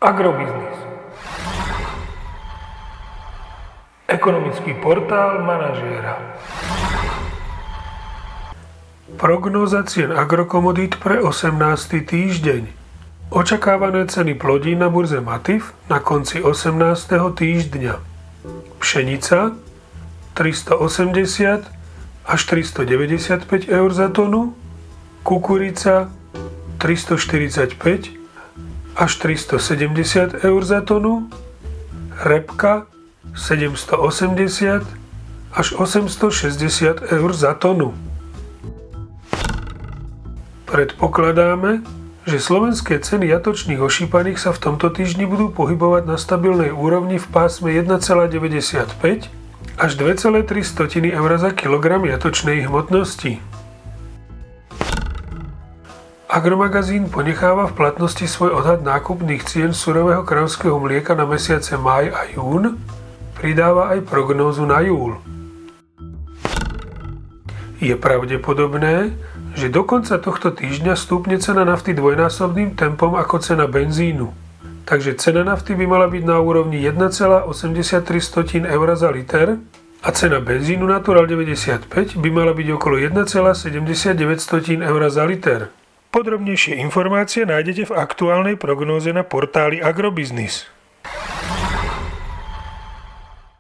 Agrobiznis. Ekonomický portál manažéra. Prognóza cien agrokomodít pre 18. týždeň. Očakávané ceny plodín na burze Matif na konci 18. týždňa. Pšenica 380 až 395 eur za tonu, kukurica 345 až 370 eur za tonu, repka 780 až 860 eur za tonu. Predpokladáme, že slovenské ceny jatočných ošípaných sa v tomto týždni budú pohybovať na stabilnej úrovni v pásme 1,95 až 2,3 eur za kilogram jatočnej hmotnosti. Agromagazín ponecháva v platnosti svoj odhad nákupných cien surového kravského mlieka na mesiace máj a jún, pridáva aj prognózu na júl. Je pravdepodobné, že do konca tohto týždňa stúpne cena nafty dvojnásobným tempom ako cena benzínu. Takže cena nafty by mala byť na úrovni 1,83 eur za liter a cena benzínu Natural 95 by mala byť okolo 1,79 eur za liter. Podrobnejšie informácie nájdete v aktuálnej prognóze na portáli Agrobiznis.